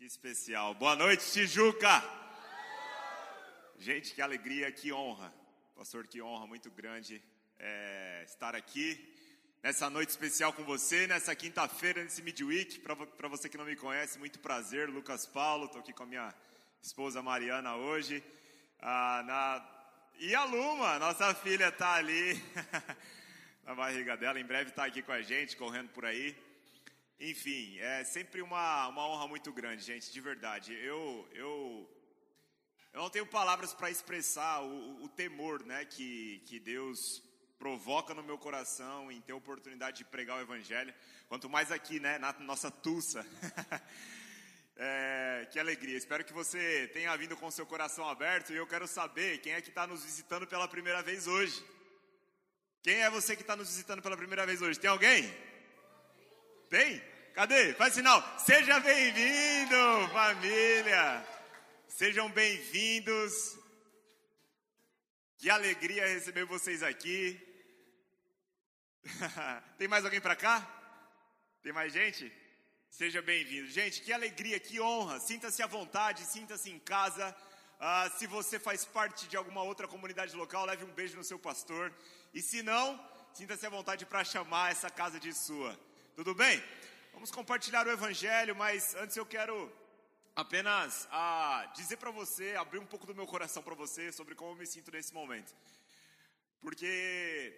especial. Boa noite, Tijuca! Gente, que alegria, que honra. Pastor, que honra muito grande estar aqui nessa noite especial com você, nessa quinta-feira, nesse Midweek. Para você que não me conhece, muito prazer, Lucas Paulo. Estou aqui com a minha esposa Mariana hoje. E a Luma, nossa filha, está ali na barriga dela. Em breve está aqui com a gente, correndo por aí. Enfim, é sempre uma honra muito grande, gente, de verdade. Eu não tenho palavras para expressar o temor, né, que Deus provoca no meu coração em ter a oportunidade de pregar o Evangelho. Quanto mais aqui, né, na nossa tussa. Que alegria. Espero que você tenha vindo com o seu coração aberto. E eu quero saber quem é que está nos visitando pela primeira vez hoje. Quem é você que está nos visitando pela primeira vez hoje? Tem alguém? Tem? Cadê? Faz sinal. Seja bem-vindo, família. Sejam bem-vindos. Que alegria receber vocês aqui. Tem mais alguém para cá? Tem mais gente? Seja bem-vindo. Gente, que alegria, que honra. Sinta-se à vontade, sinta-se em casa. Se você faz parte de alguma outra comunidade local, leve um beijo no seu pastor. E se não, sinta-se à vontade para chamar essa casa de sua. Tudo bem? Vamos compartilhar o Evangelho, mas antes eu quero apenas dizer para você, abrir um pouco do meu coração para você sobre como eu me sinto nesse momento. Porque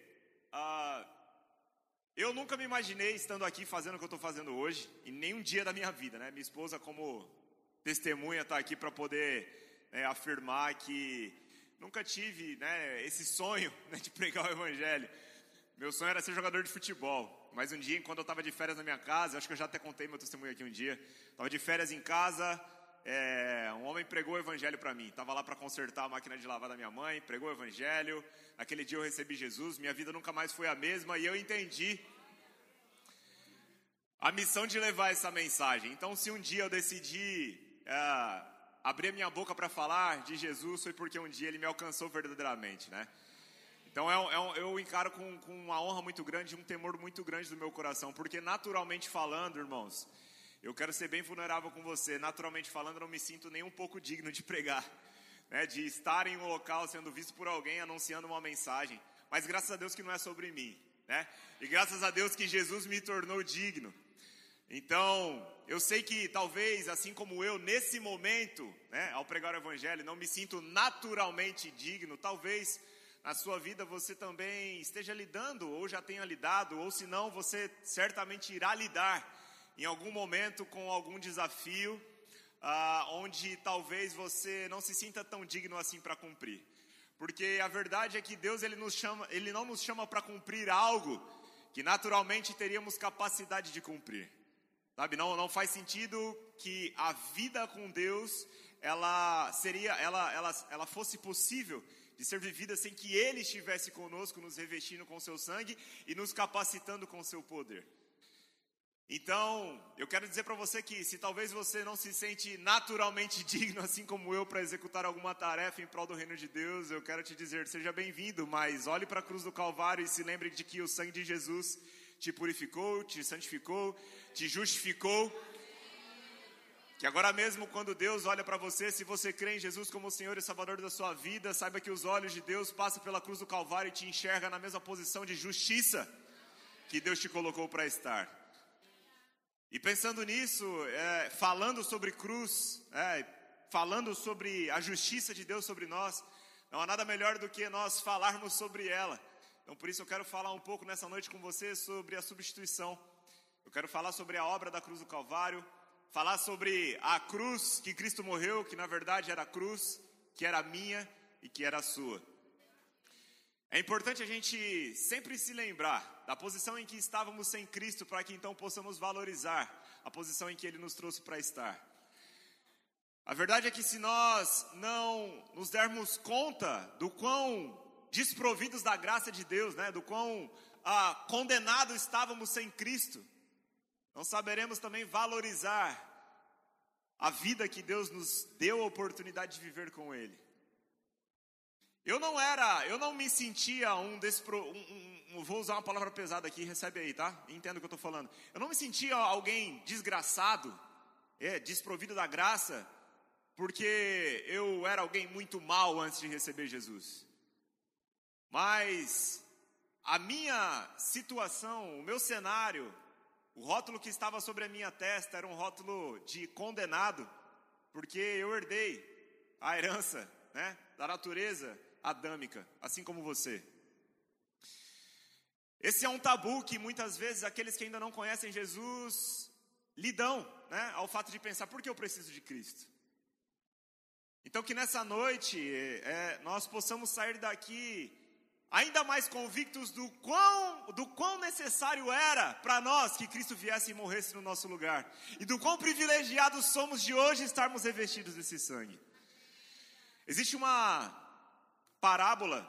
eu nunca me imaginei estando aqui fazendo o que eu estou fazendo hoje, em nenhum dia da minha vida, né? Minha esposa, como testemunha, está aqui para poder afirmar que nunca tive, né, esse sonho, né, de pregar o Evangelho. Meu sonho era ser jogador de futebol. Mas um dia, quando eu estava de férias na minha casa, acho que eu já até contei meu testemunho aqui um dia. Estava de férias em casa, um homem pregou o Evangelho para mim. Estava lá para consertar a máquina de lavar da minha mãe, pregou o Evangelho. Naquele dia eu recebi Jesus, minha vida nunca mais foi a mesma. E eu entendi a missão de levar essa mensagem. Então, se um dia eu decidi abrir a minha boca para falar de Jesus, foi porque um dia ele me alcançou verdadeiramente, né? Então eu encaro com uma honra muito grande, um temor muito grande do meu coração, porque naturalmente falando, irmãos, eu quero ser bem vulnerável com você, naturalmente falando eu não me sinto nem um pouco digno de pregar, né, de estar em um local sendo visto por alguém anunciando uma mensagem, mas graças a Deus que não é sobre mim, né, e graças a Deus que Jesus me tornou digno. Então, eu sei que talvez, assim como eu, nesse momento, né, ao pregar o Evangelho, não me sinto naturalmente digno, talvez na sua vida você também esteja lidando, ou já tenha lidado, ou se não, você certamente irá lidar em algum momento com algum desafio, onde talvez você não se sinta tão digno assim para cumprir. Porque a verdade é que Deus ele não nos chama para cumprir algo que naturalmente teríamos capacidade de cumprir. Sabe, não faz sentido que a vida com Deus ela fosse possível de ser vivida sem que Ele estivesse conosco, nos revestindo com o seu sangue e nos capacitando com o seu poder. Então, eu quero dizer para você que se talvez você não se sente naturalmente digno, assim como eu, para executar alguma tarefa em prol do reino de Deus, eu quero te dizer, seja bem-vindo, mas olhe para a cruz do Calvário e se lembre de que o sangue de Jesus te purificou, te santificou, te justificou. Que agora mesmo quando Deus olha para você, se você crê em Jesus como o Senhor e Salvador da sua vida, saiba que os olhos de Deus passam pela cruz do Calvário e te enxerga na mesma posição de justiça que Deus te colocou para estar. E pensando nisso, falando sobre cruz, falando sobre a justiça de Deus sobre nós, não há nada melhor do que nós falarmos sobre ela. Então por isso eu quero falar um pouco nessa noite com você sobre a substituição. Eu quero falar sobre a obra da cruz do Calvário, falar sobre a cruz que Cristo morreu, que na verdade era a cruz, que era minha e que era a sua. É importante a gente sempre se lembrar da posição em que estávamos sem Cristo, para que então possamos valorizar a posição em que Ele nos trouxe para estar. A verdade é que se nós não nos dermos conta do quão desprovidos da graça de Deus, né, do quão condenados estávamos sem Cristo, não saberemos também valorizar a vida que Deus nos deu a oportunidade de viver com Ele. Eu não me sentia vou usar uma palavra pesada aqui, recebe aí, tá? Entenda o que eu estou falando. Eu não me sentia alguém desgraçado, desprovido da graça, porque eu era alguém muito mal antes de receber Jesus. Mas a minha situação, o meu cenário, o rótulo que estava sobre a minha testa era um rótulo de condenado, porque eu herdei a herança, da natureza adâmica, assim como você. Esse é um tabu que muitas vezes aqueles que ainda não conhecem Jesus lidam, ao fato de pensar, por que eu preciso de Cristo? Então que nessa noite nós possamos sair daqui ainda mais convictos do quão necessário era para nós que Cristo viesse e morresse no nosso lugar. E do quão privilegiados somos de hoje estarmos revestidos desse sangue. Existe uma parábola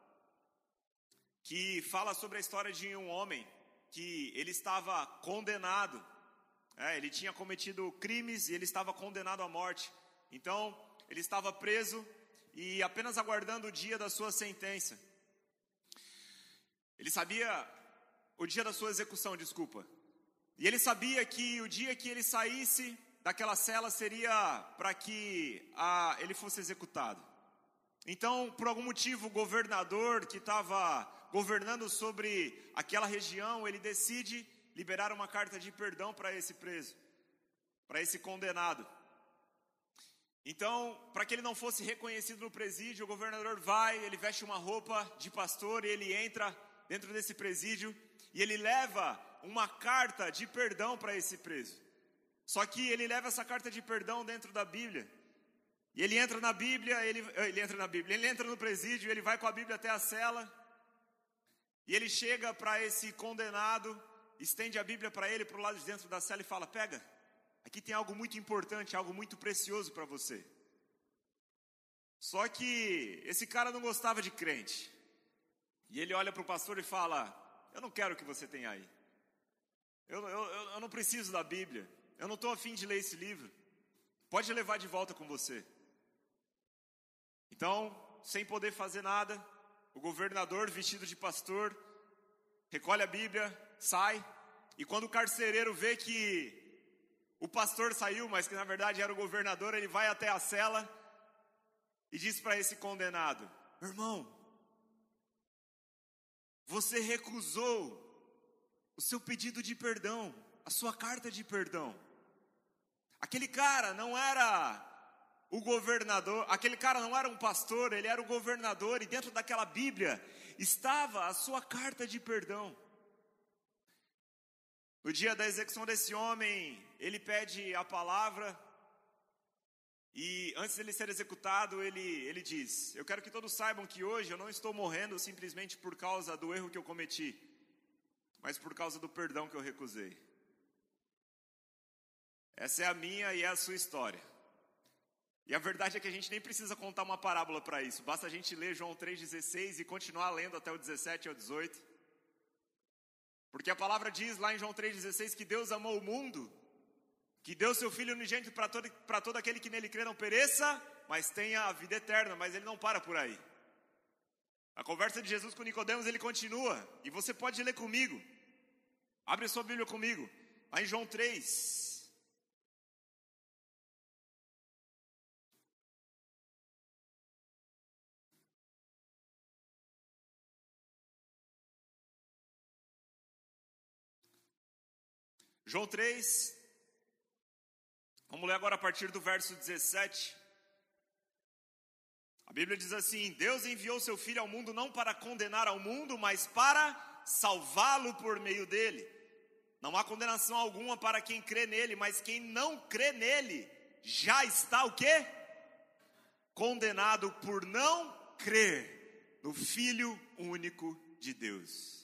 que fala sobre a história de um homem que ele estava condenado. Ele tinha cometido crimes e ele estava condenado à morte. Então, ele estava preso e apenas aguardando o dia da sua sentença. Ele sabia o dia da sua execução, E ele sabia que o dia que ele saísse daquela cela seria para que ele fosse executado. Então, por algum motivo, o governador que estava governando sobre aquela região, ele decide liberar uma carta de perdão para esse preso, para esse condenado. Então, para que ele não fosse reconhecido no presídio, o governador ele veste uma roupa de pastor e ele entra dentro desse presídio e ele leva uma carta de perdão para esse preso. Só que ele leva essa carta de perdão dentro da Bíblia. E ele entra na Bíblia, ele entra no presídio, ele vai com a Bíblia até a cela. E ele chega para esse condenado, estende a Bíblia para ele, para o lado de dentro da cela e fala, pega, aqui tem algo muito importante, algo muito precioso para você. Só que esse cara não gostava de crente. E ele olha para o pastor e fala, eu não quero o que você tem aí. Eu não preciso da Bíblia. Eu não estou a fim de ler esse livro. Pode levar de volta com você. Então, sem poder fazer nada, o governador, vestido de pastor, recolhe a Bíblia, sai. E quando o carcereiro vê que o pastor saiu, mas que na verdade era o governador, ele vai até a cela e diz para esse condenado, irmão, você recusou o seu pedido de perdão, a sua carta de perdão. Aquele cara não era o governador, aquele cara não era um pastor, ele era o governador, e dentro daquela Bíblia estava a sua carta de perdão. No dia da execução desse homem, ele pede a palavra, e antes dele ser executado, ele diz, eu quero que todos saibam que hoje eu não estou morrendo simplesmente por causa do erro que eu cometi, mas por causa do perdão que eu recusei. Essa é a minha e é a sua história. E a verdade é que a gente nem precisa contar uma parábola para isso. Basta a gente ler João 3,16 e continuar lendo até o 17 ao 18. Porque a palavra diz lá em João 3,16 que Deus amou o mundo, que deu seu Filho unigênito para todo aquele que nele crê não pereça, mas tenha a vida eterna. Mas ele não para por aí. A conversa de Jesus com Nicodemos, ele continua. E você pode ler comigo. Abre sua Bíblia comigo. Lá em João 3. João 3, vamos ler agora a partir do verso 17. A Bíblia diz assim, Deus enviou seu Filho ao mundo não para condenar ao mundo, mas para salvá-lo por meio dele. Não há condenação alguma para quem crê nele, mas quem não crê nele já está o quê? Condenado por não crer no Filho único de Deus.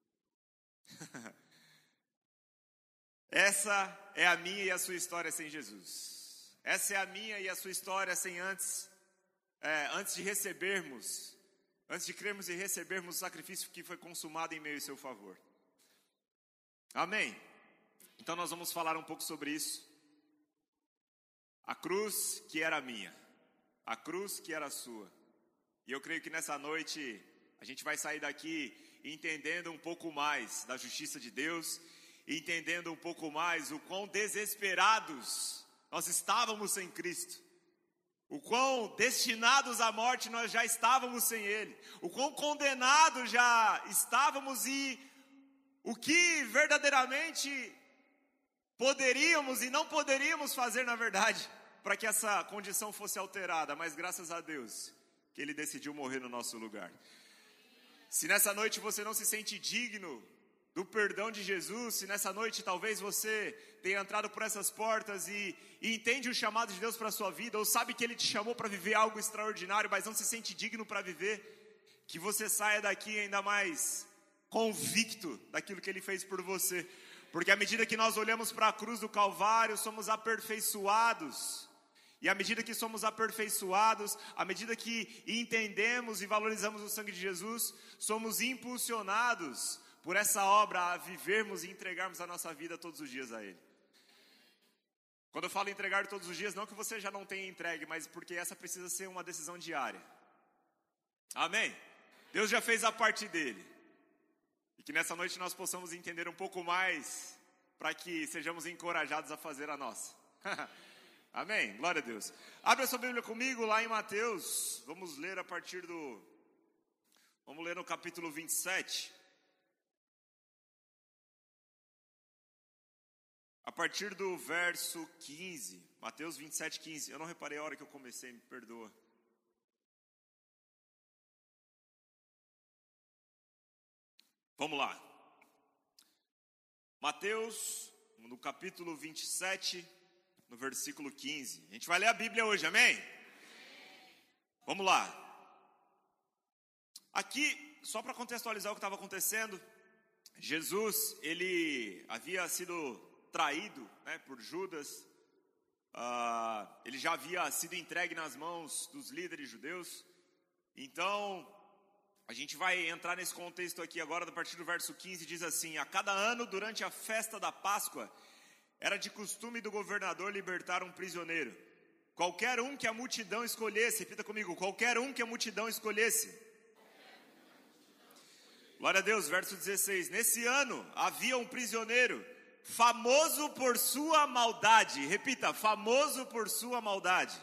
Essa é a minha e a sua história sem Jesus. Essa é a minha e a sua história sem antes de recebermos, antes de crermos e recebermos o sacrifício que foi consumado em meio ao seu favor. Amém? Então nós vamos falar um pouco sobre isso. A cruz que era minha, a cruz que era sua. E eu creio que nessa noite a gente vai sair daqui entendendo um pouco mais da justiça de Deus, entendendo um pouco mais o quão desesperados nós estávamos sem Cristo. O quão destinados à morte nós já estávamos sem Ele. O quão condenados já estávamos e o que verdadeiramente poderíamos e não poderíamos fazer na verdade para que essa condição fosse alterada. Mas graças a Deus que Ele decidiu morrer no nosso lugar. Se nessa noite você não se sente digno do perdão de Jesus, se nessa noite talvez você tenha entrado por essas portas e entende o chamado de Deus para a sua vida, ou sabe que Ele te chamou para viver algo extraordinário, mas não se sente digno para viver, que você saia daqui ainda mais convicto daquilo que Ele fez por você, porque à medida que nós olhamos para a cruz do Calvário, somos aperfeiçoados, e à medida que somos aperfeiçoados, à medida que entendemos e valorizamos o sangue de Jesus, somos impulsionados por essa obra a vivermos e entregarmos a nossa vida todos os dias a Ele. Quando eu falo entregar todos os dias, não que você já não tenha entregue, mas porque essa precisa ser uma decisão diária. Amém? Deus já fez a parte dele. E que nessa noite nós possamos entender um pouco mais, para que sejamos encorajados a fazer a nossa. Amém? Glória a Deus. Abre a sua Bíblia comigo lá em Mateus. Vamos ler Vamos ler no capítulo 27. A partir do verso 15, Mateus 27, 15. Eu não reparei a hora que eu comecei, me perdoa. Vamos lá. Mateus, no capítulo 27, no versículo 15. A gente vai ler a Bíblia hoje, amém? Vamos lá. Aqui, só para contextualizar o que estava acontecendo, Jesus, ele havia sido traído, né, por Judas, ele já havia sido entregue nas mãos dos líderes judeus. Então, a gente vai entrar nesse contexto aqui agora, a partir do verso 15, diz assim: a cada ano, durante a festa da Páscoa, era de costume do governador libertar um prisioneiro, qualquer um que a multidão escolhesse. Repita comigo: qualquer um que a multidão escolhesse. Glória a Deus, verso 16, nesse ano havia um prisioneiro famoso por sua maldade. Repita: famoso por sua maldade,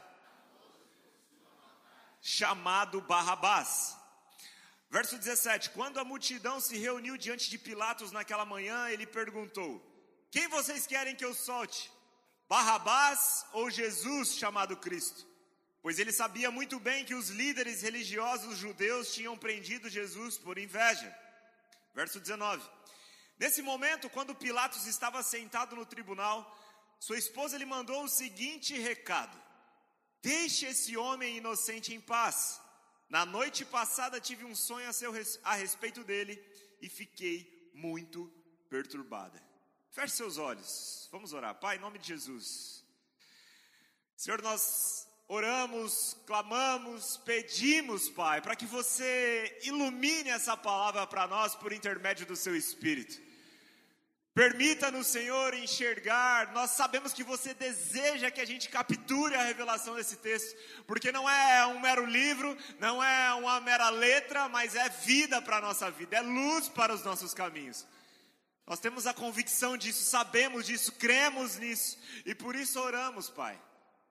chamado Barrabás. Verso 17, quando a multidão se reuniu diante de Pilatos naquela manhã, ele perguntou: quem vocês querem que eu solte? Barrabás ou Jesus, chamado Cristo? Pois ele sabia muito bem que os líderes religiosos judeus tinham prendido Jesus por inveja. Verso 19, nesse momento, quando Pilatos estava sentado no tribunal, sua esposa lhe mandou o seguinte recado: deixe esse homem inocente em paz. Na noite passada tive um sonho a respeito dele e fiquei muito perturbada. Feche seus olhos, vamos orar. Pai, em nome de Jesus, Senhor, nós oramos, clamamos, pedimos, Pai, para que você ilumine essa palavra para nós por intermédio do seu Espírito. Permita-nos, Senhor, enxergar. Nós sabemos que você deseja que a gente capture a revelação desse texto, porque não é um mero livro, não é uma mera letra, mas é vida para a nossa vida, é luz para os nossos caminhos. Nós temos a convicção disso, sabemos disso, cremos nisso, e por isso oramos, Pai.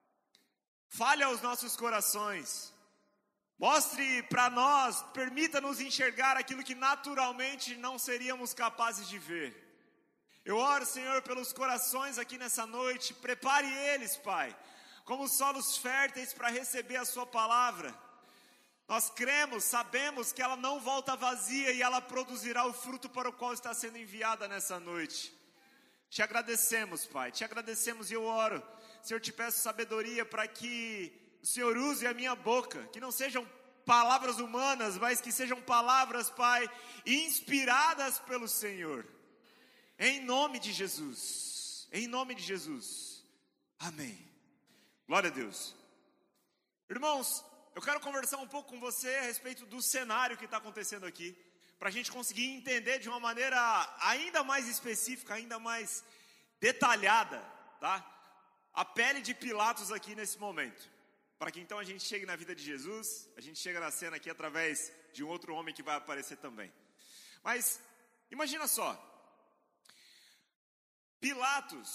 Fale aos nossos corações, mostre para nós, permita-nos enxergar aquilo que naturalmente não seríamos capazes de ver. Eu oro, Senhor, pelos corações aqui nessa noite. Prepare eles, Pai, como solos férteis para receber a sua palavra. Nós cremos, sabemos que ela não volta vazia e ela produzirá o fruto para o qual está sendo enviada nessa noite. Te agradecemos, Pai, te agradecemos, e eu oro, Senhor, te peço sabedoria para que o Senhor use a minha boca, que não sejam palavras humanas, mas que sejam palavras, Pai, inspiradas pelo Senhor. Em nome de Jesus, em nome de Jesus, amém. Glória a Deus. Irmãos, eu quero conversar um pouco com você a respeito do cenário que está acontecendo aqui, para a gente conseguir entender de uma maneira ainda mais específica, ainda mais detalhada, tá? A pele de Pilatos aqui nesse momento, para que então a gente chegue na vida de Jesus, a gente chega na cena aqui através de um outro homem que vai aparecer também. Mas, imagina só, Pilatos,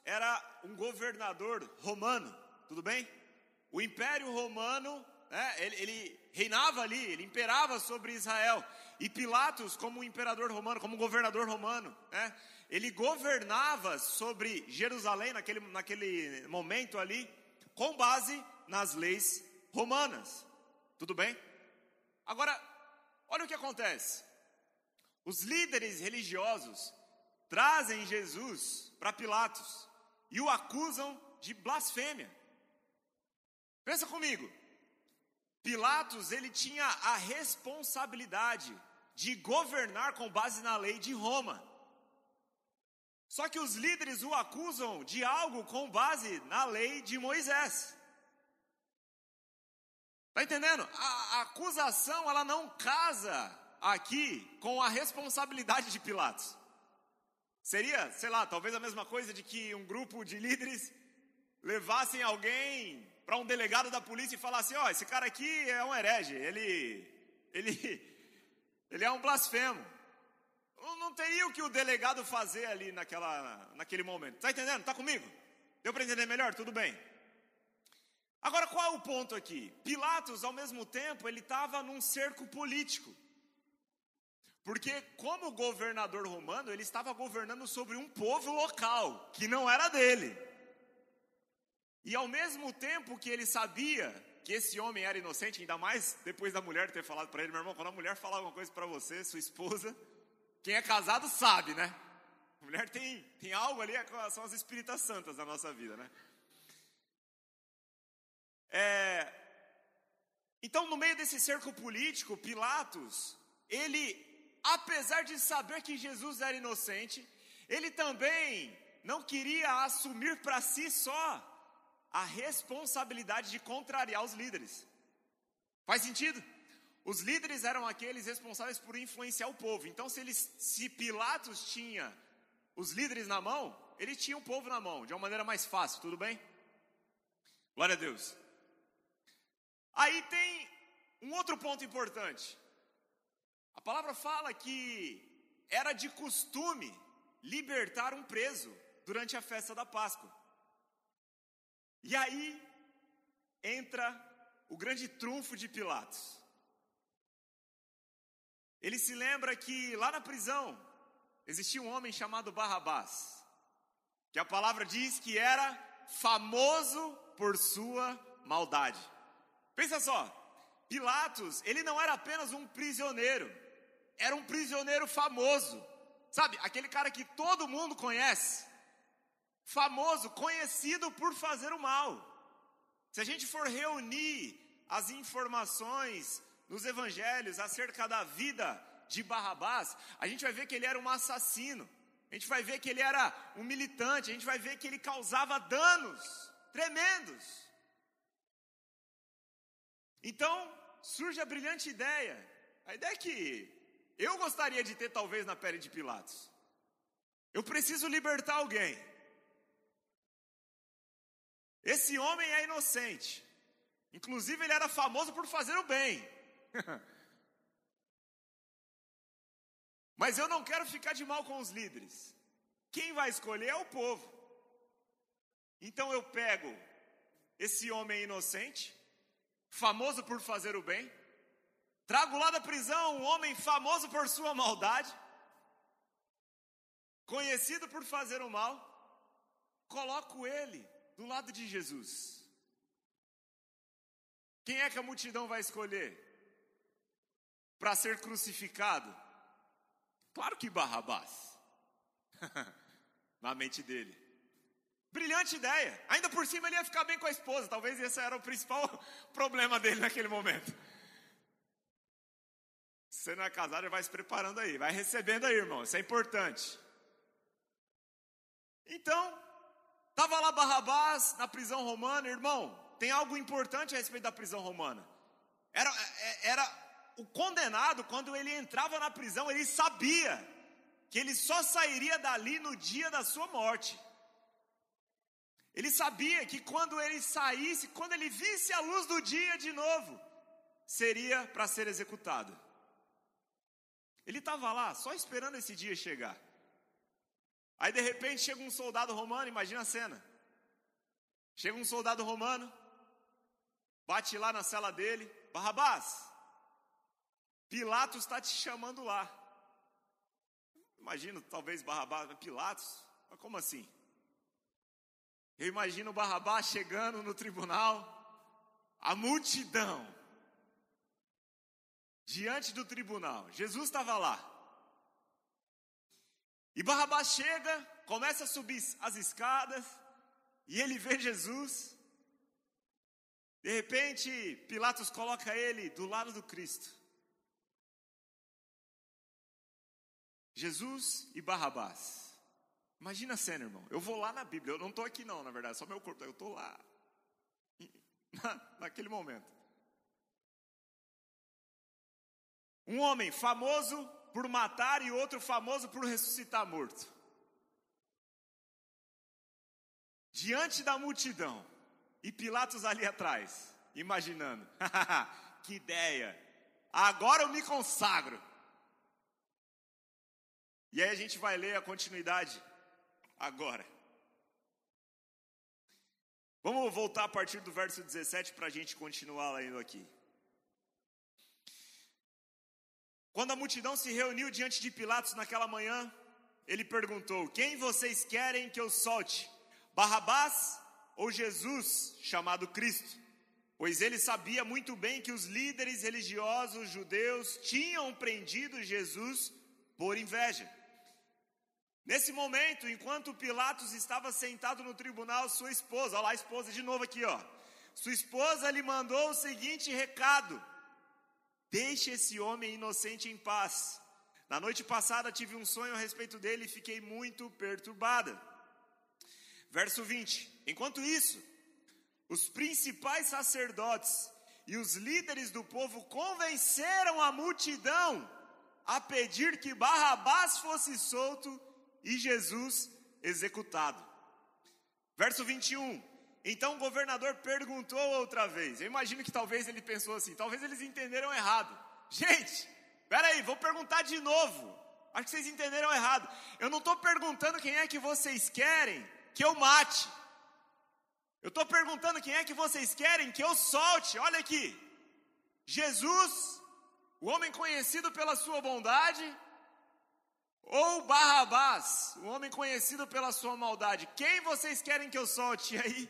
era um governador romano, tudo bem? O Império Romano, né, ele reinava ali, ele imperava sobre Israel. E Pilatos, como imperador romano, como governador romano, né, ele governava sobre Jerusalém naquele momento ali, com base nas leis romanas. Tudo bem? Agora, olha o que acontece. Os líderes religiosos trazem Jesus para Pilatos e o acusam de blasfêmia. Pensa comigo. Pilatos, ele tinha a responsabilidade de governar com base na lei de Roma. Só que os líderes o acusam de algo com base na lei de Moisés. Está entendendo? A acusação, ela não casa aqui com a responsabilidade de Pilatos. Seria, sei lá, talvez a mesma coisa de que um grupo de líderes levassem alguém para um delegado da polícia e falassem: ó, esse cara aqui é um herege, ele é um blasfemo. Não teria o que o delegado fazer ali naquele momento. Está entendendo? Está comigo? Deu para entender melhor? Tudo bem. Agora, qual é o ponto aqui? Pilatos, ao mesmo tempo, ele estava num cerco político. Porque, como governador romano, ele estava governando sobre um povo local, que não era dele. E ao mesmo tempo que ele sabia que esse homem era inocente, ainda mais depois da mulher ter falado para ele: meu irmão, quando a mulher falar alguma coisa para você, sua esposa, quem é casado sabe, né? A mulher tem algo ali, são as espíritas santas da nossa vida, né? Então, no meio desse cerco político, Pilatos, ele, apesar de saber que Jesus era inocente, ele também não queria assumir para si só a responsabilidade de contrariar os líderes. Faz sentido? Os líderes eram aqueles responsáveis por influenciar o povo. Então, se Pilatos tinha os líderes na mão, ele tinha o povo na mão, de uma maneira mais fácil, tudo bem? Glória a Deus. Aí tem um outro ponto importante. A palavra fala que era de costume libertar um preso durante a festa da Páscoa. E aí entra o grande trunfo de Pilatos. Ele se lembra que lá na prisão existia um homem chamado Barrabás, que a palavra diz que era famoso por sua maldade. Pensa só, Pilatos, ele não era apenas um prisioneiro, era um prisioneiro famoso. Sabe, aquele cara que todo mundo conhece. Famoso, conhecido por fazer o mal. Se a gente for reunir as informações nos evangelhos acerca da vida de Barrabás, a gente vai ver que ele era um assassino, a gente vai ver que ele era um militante, a gente vai ver que ele causava danos tremendos. Então, surge a brilhante ideia. A ideia é que eu gostaria de ter talvez na pele de Pilatos. Eu preciso libertar alguém. Esse homem é inocente. Inclusive, ele era famoso por fazer o bem. Mas eu não quero ficar de mal com os líderes. Quem vai escolher é o povo. Então eu pego esse homem inocente, famoso por fazer o bem, trago lá da prisão um homem famoso por sua maldade, conhecido por fazer o mal, coloco ele do lado de Jesus. Quem é que a multidão vai escolher para ser crucificado? Claro que Barrabás. Na mente dele. Brilhante ideia. Ainda por cima ele ia ficar bem com a esposa. Talvez esse era o principal problema dele naquele momento. Se você não é casado, já vai se preparando aí. Vai recebendo aí, irmão. Isso é importante. Então, estava lá Barrabás na prisão romana. Irmão, tem algo importante a respeito da prisão romana. Era o condenado, quando ele entrava na prisão, ele sabia que ele só sairia dali no dia da sua morte. Ele sabia que quando ele saísse, quando ele visse a luz do dia de novo, seria para ser executado. Ele estava lá só esperando esse dia chegar. Aí de repente chega um soldado romano, imagina a cena. Chega um soldado romano, bate lá na cela dele, Barrabás, Pilatos está te chamando lá. Imagino talvez Barrabás, Pilatos, mas como assim? Eu imagino o Barrabás chegando no tribunal, a multidão, diante do tribunal, Jesus estava lá. E Barrabás chega, começa a subir as escadas, e ele vê Jesus. De repente, Pilatos coloca ele do lado do Cristo. Jesus e Barrabás. Imagina a cena, irmão. Eu vou lá na Bíblia, eu não estou aqui não, na verdade, só meu corpo, eu estou lá. Naquele momento. Um homem famoso por matar e outro famoso por ressuscitar morto. Diante da multidão. E Pilatos ali atrás, imaginando. Que ideia. Agora eu me consagro. E aí a gente vai ler a continuidade agora. Vamos voltar a partir do verso 17 para a gente continuar lendo aqui. Quando a multidão se reuniu diante de Pilatos naquela manhã, ele perguntou: quem vocês querem que eu solte? Barrabás ou Jesus, chamado Cristo? Pois ele sabia muito bem que os líderes religiosos judeus tinham prendido Jesus por inveja. Nesse momento, enquanto Pilatos estava sentado no tribunal, sua esposa, olha lá a esposa de novo aqui, ó. Sua esposa lhe mandou o seguinte recado: deixe esse homem inocente em paz. Na noite passada tive um sonho a respeito dele e fiquei muito perturbada. Verso 20. Enquanto isso, os principais sacerdotes e os líderes do povo convenceram a multidão a pedir que Barrabás fosse solto e Jesus executado. Verso 21. Então o governador perguntou outra vez. Eu imagino que talvez ele pensou assim, talvez eles entenderam errado. Gente, peraí, vou perguntar de novo. Acho que vocês entenderam errado. Eu não estou perguntando quem é que vocês querem que eu mate. Eu estou perguntando quem é que vocês querem que eu solte. Olha aqui. Jesus, o homem conhecido pela sua bondade, ou Barrabás, o homem conhecido pela sua maldade? Quem vocês querem que eu solte? E aí,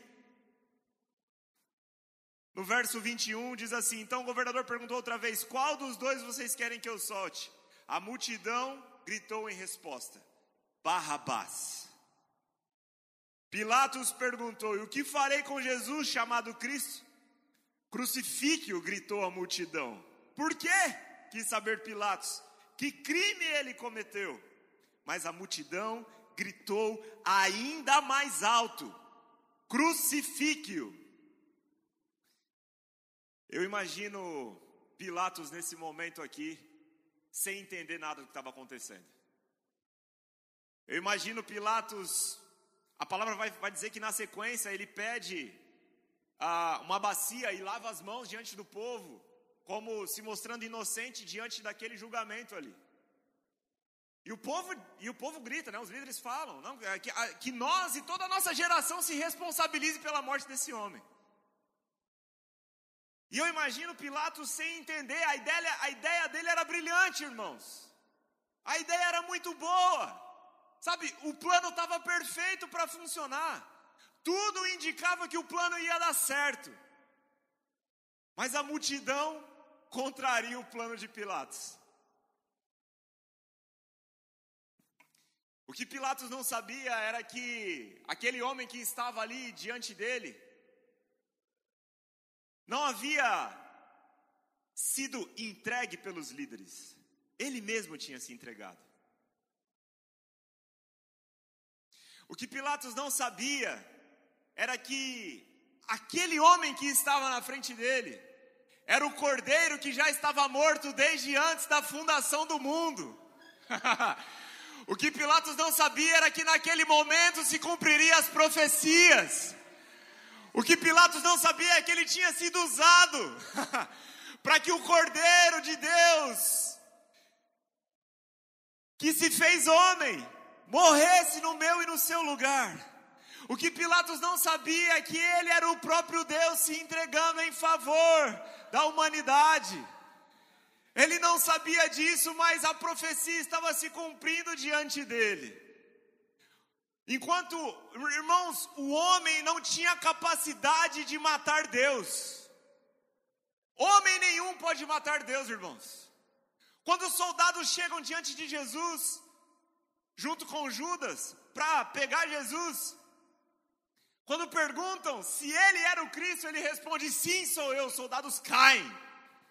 no verso 21 diz assim: então o governador perguntou outra vez: qual dos dois vocês querem que eu solte? A multidão gritou em resposta: Barrabás. Pilatos perguntou: e o que farei com Jesus chamado Cristo? Crucifique-o, gritou a multidão. Por quê? Quis saber Pilatos. Que crime ele cometeu? Mas a multidão gritou ainda mais alto: crucifique-o. Eu imagino Pilatos nesse momento aqui, sem entender nada do que estava acontecendo. Eu imagino Pilatos, a palavra vai dizer que na sequência ele pede uma bacia e lava as mãos diante do povo, como se mostrando inocente diante daquele julgamento ali. E o povo grita, né? Os líderes falam, não, que nós e toda a nossa geração se responsabilize pela morte desse homem. E eu imagino Pilatos sem entender, a ideia dele era brilhante, irmãos. A ideia era muito boa. Sabe, o plano estava perfeito para funcionar. Tudo indicava que o plano ia dar certo. Mas a multidão contraria o plano de Pilatos. O que Pilatos não sabia era que aquele homem que estava ali diante dele não havia sido entregue pelos líderes. Ele mesmo tinha se entregado. O que Pilatos não sabia era que aquele homem que estava na frente dele era o cordeiro que já estava morto desde antes da fundação do mundo. O que Pilatos não sabia era que naquele momento se cumpriria as profecias. O que Pilatos não sabia é que ele tinha sido usado para que o Cordeiro de Deus, que se fez homem, morresse no meu e no seu lugar. O que Pilatos não sabia é que ele era o próprio Deus se entregando em favor da humanidade. Ele não sabia disso, mas a profecia estava se cumprindo diante dele. Enquanto, irmãos, o homem não tinha capacidade de matar Deus. Homem nenhum pode matar Deus, irmãos. Quando os soldados chegam diante de Jesus, junto com Judas, para pegar Jesus, quando perguntam se ele era o Cristo, ele responde: sim, sou eu. Os soldados caem.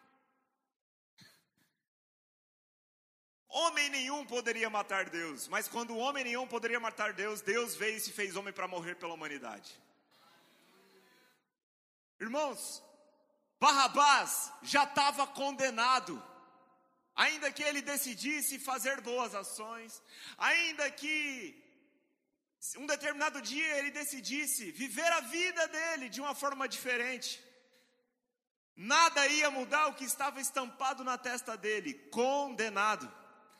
Homem nenhum poderia matar Deus, mas quando homem nenhum poderia matar Deus, Deus veio e se fez homem para morrer pela humanidade. Irmãos, Barrabás já estava condenado, ainda que ele decidisse fazer boas ações, ainda que um determinado dia ele decidisse viver a vida dele de uma forma diferente, nada ia mudar o que estava estampado na testa dele: condenado.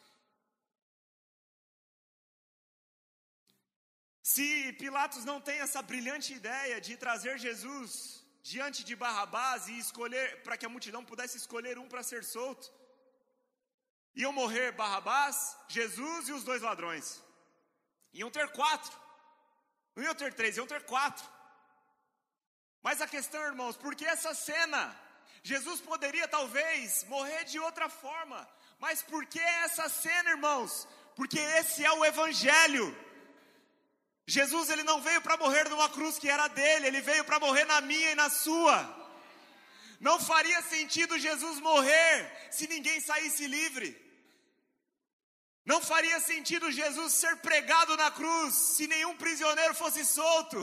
Se Pilatos não tem essa brilhante ideia de trazer Jesus diante de Barrabás e escolher, para que a multidão pudesse escolher um para ser solto, iam morrer Barrabás, Jesus e os 2 ladrões. Iam ter 4. Não iam ter 3, iam ter 4. Mas a questão, irmãos, porque essa cena, Jesus poderia talvez morrer de outra forma. Mas por que essa cena, irmãos? Porque esse é o Evangelho. Jesus, ele não veio para morrer numa cruz que era dele, ele veio para morrer na minha e na sua. Não faria sentido Jesus morrer se ninguém saísse livre. Não faria sentido Jesus ser pregado na cruz se nenhum prisioneiro fosse solto.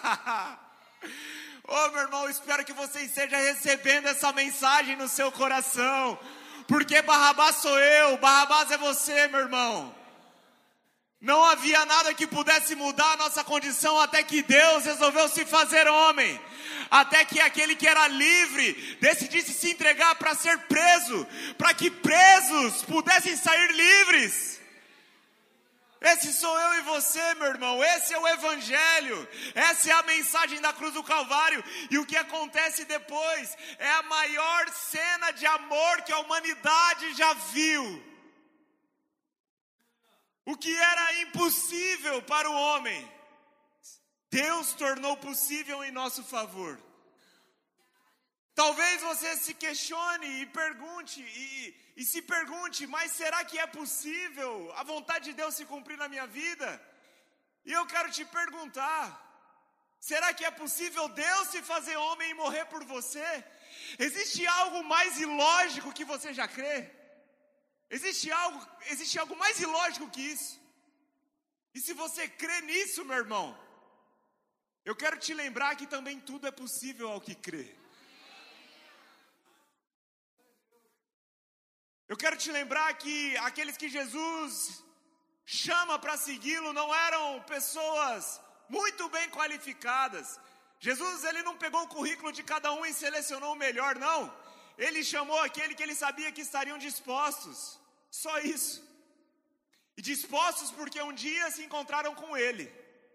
Oh, meu irmão, espero que você esteja recebendo essa mensagem no seu coração. Porque Barrabás sou eu, Barrabás é você, meu irmão. Não havia nada que pudesse mudar a nossa condição até que Deus resolveu se fazer homem. Até que aquele que era livre decidisse se entregar para ser preso, para que presos pudessem sair livres. Esse sou eu e você, meu irmão. Esse é o Evangelho. Essa é a mensagem da cruz do Calvário. E o que acontece depois é a maior cena de amor que a humanidade já viu. O que era impossível para o homem, Deus tornou possível em nosso favor. Talvez você se questione e pergunte, e se pergunte: mas será que é possível a vontade de Deus se cumprir na minha vida? E eu quero te perguntar: será que é possível Deus se fazer homem e morrer por você? Existe algo mais ilógico que você já crê? Existe algo mais ilógico que isso? E se você crê nisso, meu irmão, eu quero te lembrar que também tudo é possível ao que crê. Eu quero te lembrar que aqueles que Jesus chama para segui-lo não eram pessoas muito bem qualificadas. Jesus, ele não pegou o currículo de cada um e selecionou o melhor, não. Ele chamou aquele que ele sabia que estariam dispostos. Só isso. E dispostos porque um dia se encontraram com ele.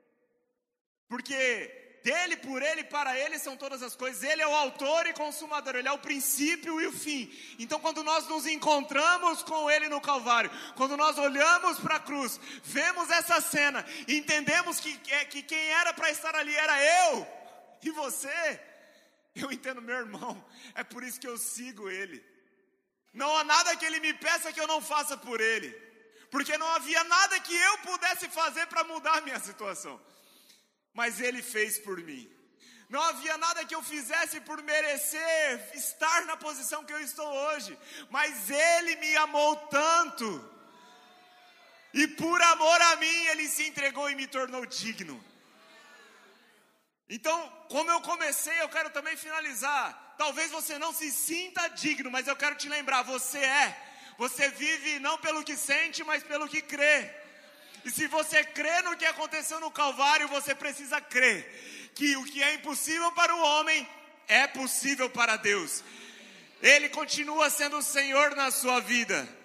Porque dele, por ele, para ele são todas as coisas. Ele é o autor e consumador. Ele é o princípio e o fim. Então quando nós nos encontramos com ele no Calvário, quando nós olhamos para a cruz, vemos essa cena, entendemos que quem era para estar ali era eu e você. Eu entendo, meu irmão, é por isso que eu sigo ele. Não há nada que ele me peça que eu não faça por ele, porque não havia nada que eu pudesse fazer para mudar a minha situação, mas ele fez por mim. Não havia nada que eu fizesse por merecer estar na posição que eu estou hoje, mas ele me amou tanto, e por amor a mim ele se entregou e me tornou digno. Então, como eu comecei, eu quero também finalizar. Talvez você não se sinta digno, mas eu quero te lembrar, você é. Você vive não pelo que sente, mas pelo que crê. E se você crê no que aconteceu no Calvário, você precisa crer que o que é impossível para o homem é possível para Deus. Ele continua sendo o Senhor na sua vida.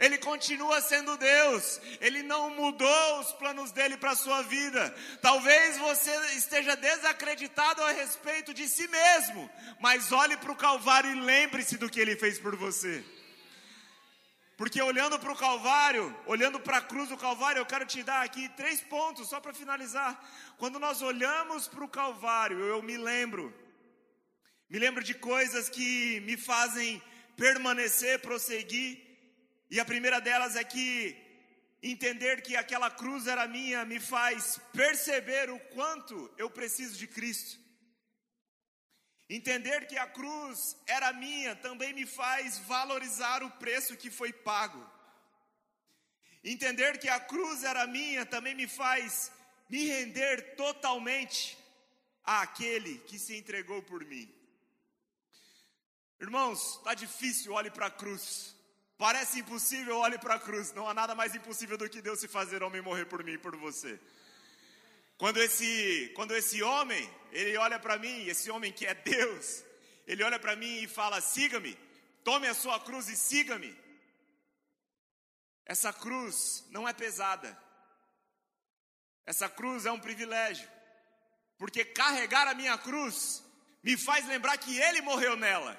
Ele continua sendo Deus. Ele não mudou os planos dele para a sua vida. Talvez você esteja desacreditado a respeito de si mesmo, mas olhe para o Calvário e lembre-se do que ele fez por você. Porque olhando para o Calvário, olhando para a cruz do Calvário, eu quero te dar aqui 3 pontos, só para finalizar. Quando nós olhamos para o Calvário, eu me lembro de coisas que me fazem permanecer, prosseguir. E a primeira delas é que entender que aquela cruz era minha me faz perceber o quanto eu preciso de Cristo. Entender que a cruz era minha também me faz valorizar o preço que foi pago. Entender que a cruz era minha também me faz me render totalmente àquele que se entregou por mim. Irmãos, está difícil, olhe para a cruz. Parece impossível, olhe para a cruz. Não há nada mais impossível do que Deus se fazer homem e morrer por mim e por você. Quando esse homem, ele olha para mim, esse homem que é Deus, ele olha para mim e fala: siga-me, tome a sua cruz e siga-me. Essa cruz não é pesada. Essa cruz é um privilégio. Porque carregar a minha cruz me faz lembrar que Ele morreu nela.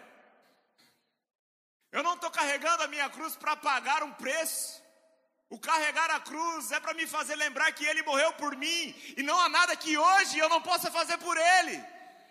Eu não estou carregando a minha cruz para pagar um preço. O carregar a cruz é para me fazer lembrar que Ele morreu por mim. E não há nada que hoje eu não possa fazer por Ele.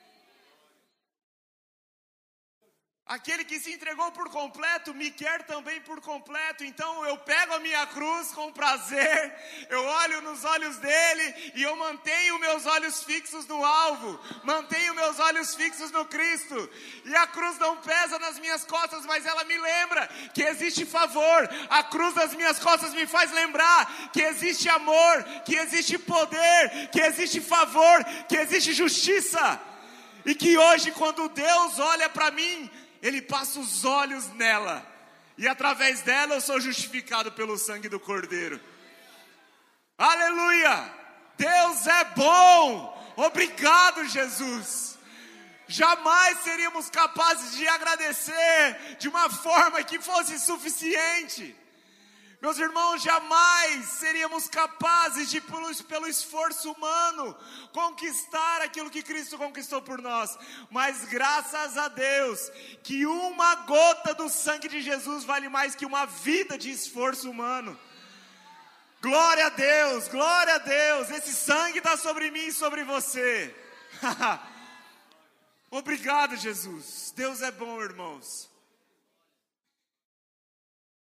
Aquele que se entregou por completo me quer também por completo. Então eu pego a minha cruz com prazer, eu olho nos olhos dele e eu mantenho meus olhos fixos no alvo, mantenho meus olhos fixos no Cristo. E a cruz não pesa nas minhas costas, mas ela me lembra que existe favor. A cruz das minhas costas me faz lembrar que existe amor, que existe poder, que existe favor, que existe justiça. E que hoje, quando Deus olha para mim, Ele passa os olhos nela, e através dela eu sou justificado pelo sangue do Cordeiro. Aleluia! Deus é bom! Obrigado, Jesus! Jamais seríamos capazes de agradecer de uma forma que fosse suficiente. Meus irmãos, jamais seríamos capazes de, pelo esforço humano, conquistar aquilo que Cristo conquistou por nós. Mas graças a Deus, que uma gota do sangue de Jesus vale mais que uma vida de esforço humano. Glória a Deus, glória a Deus. Esse sangue está sobre mim e sobre você. Obrigado, Jesus. Deus é bom, irmãos.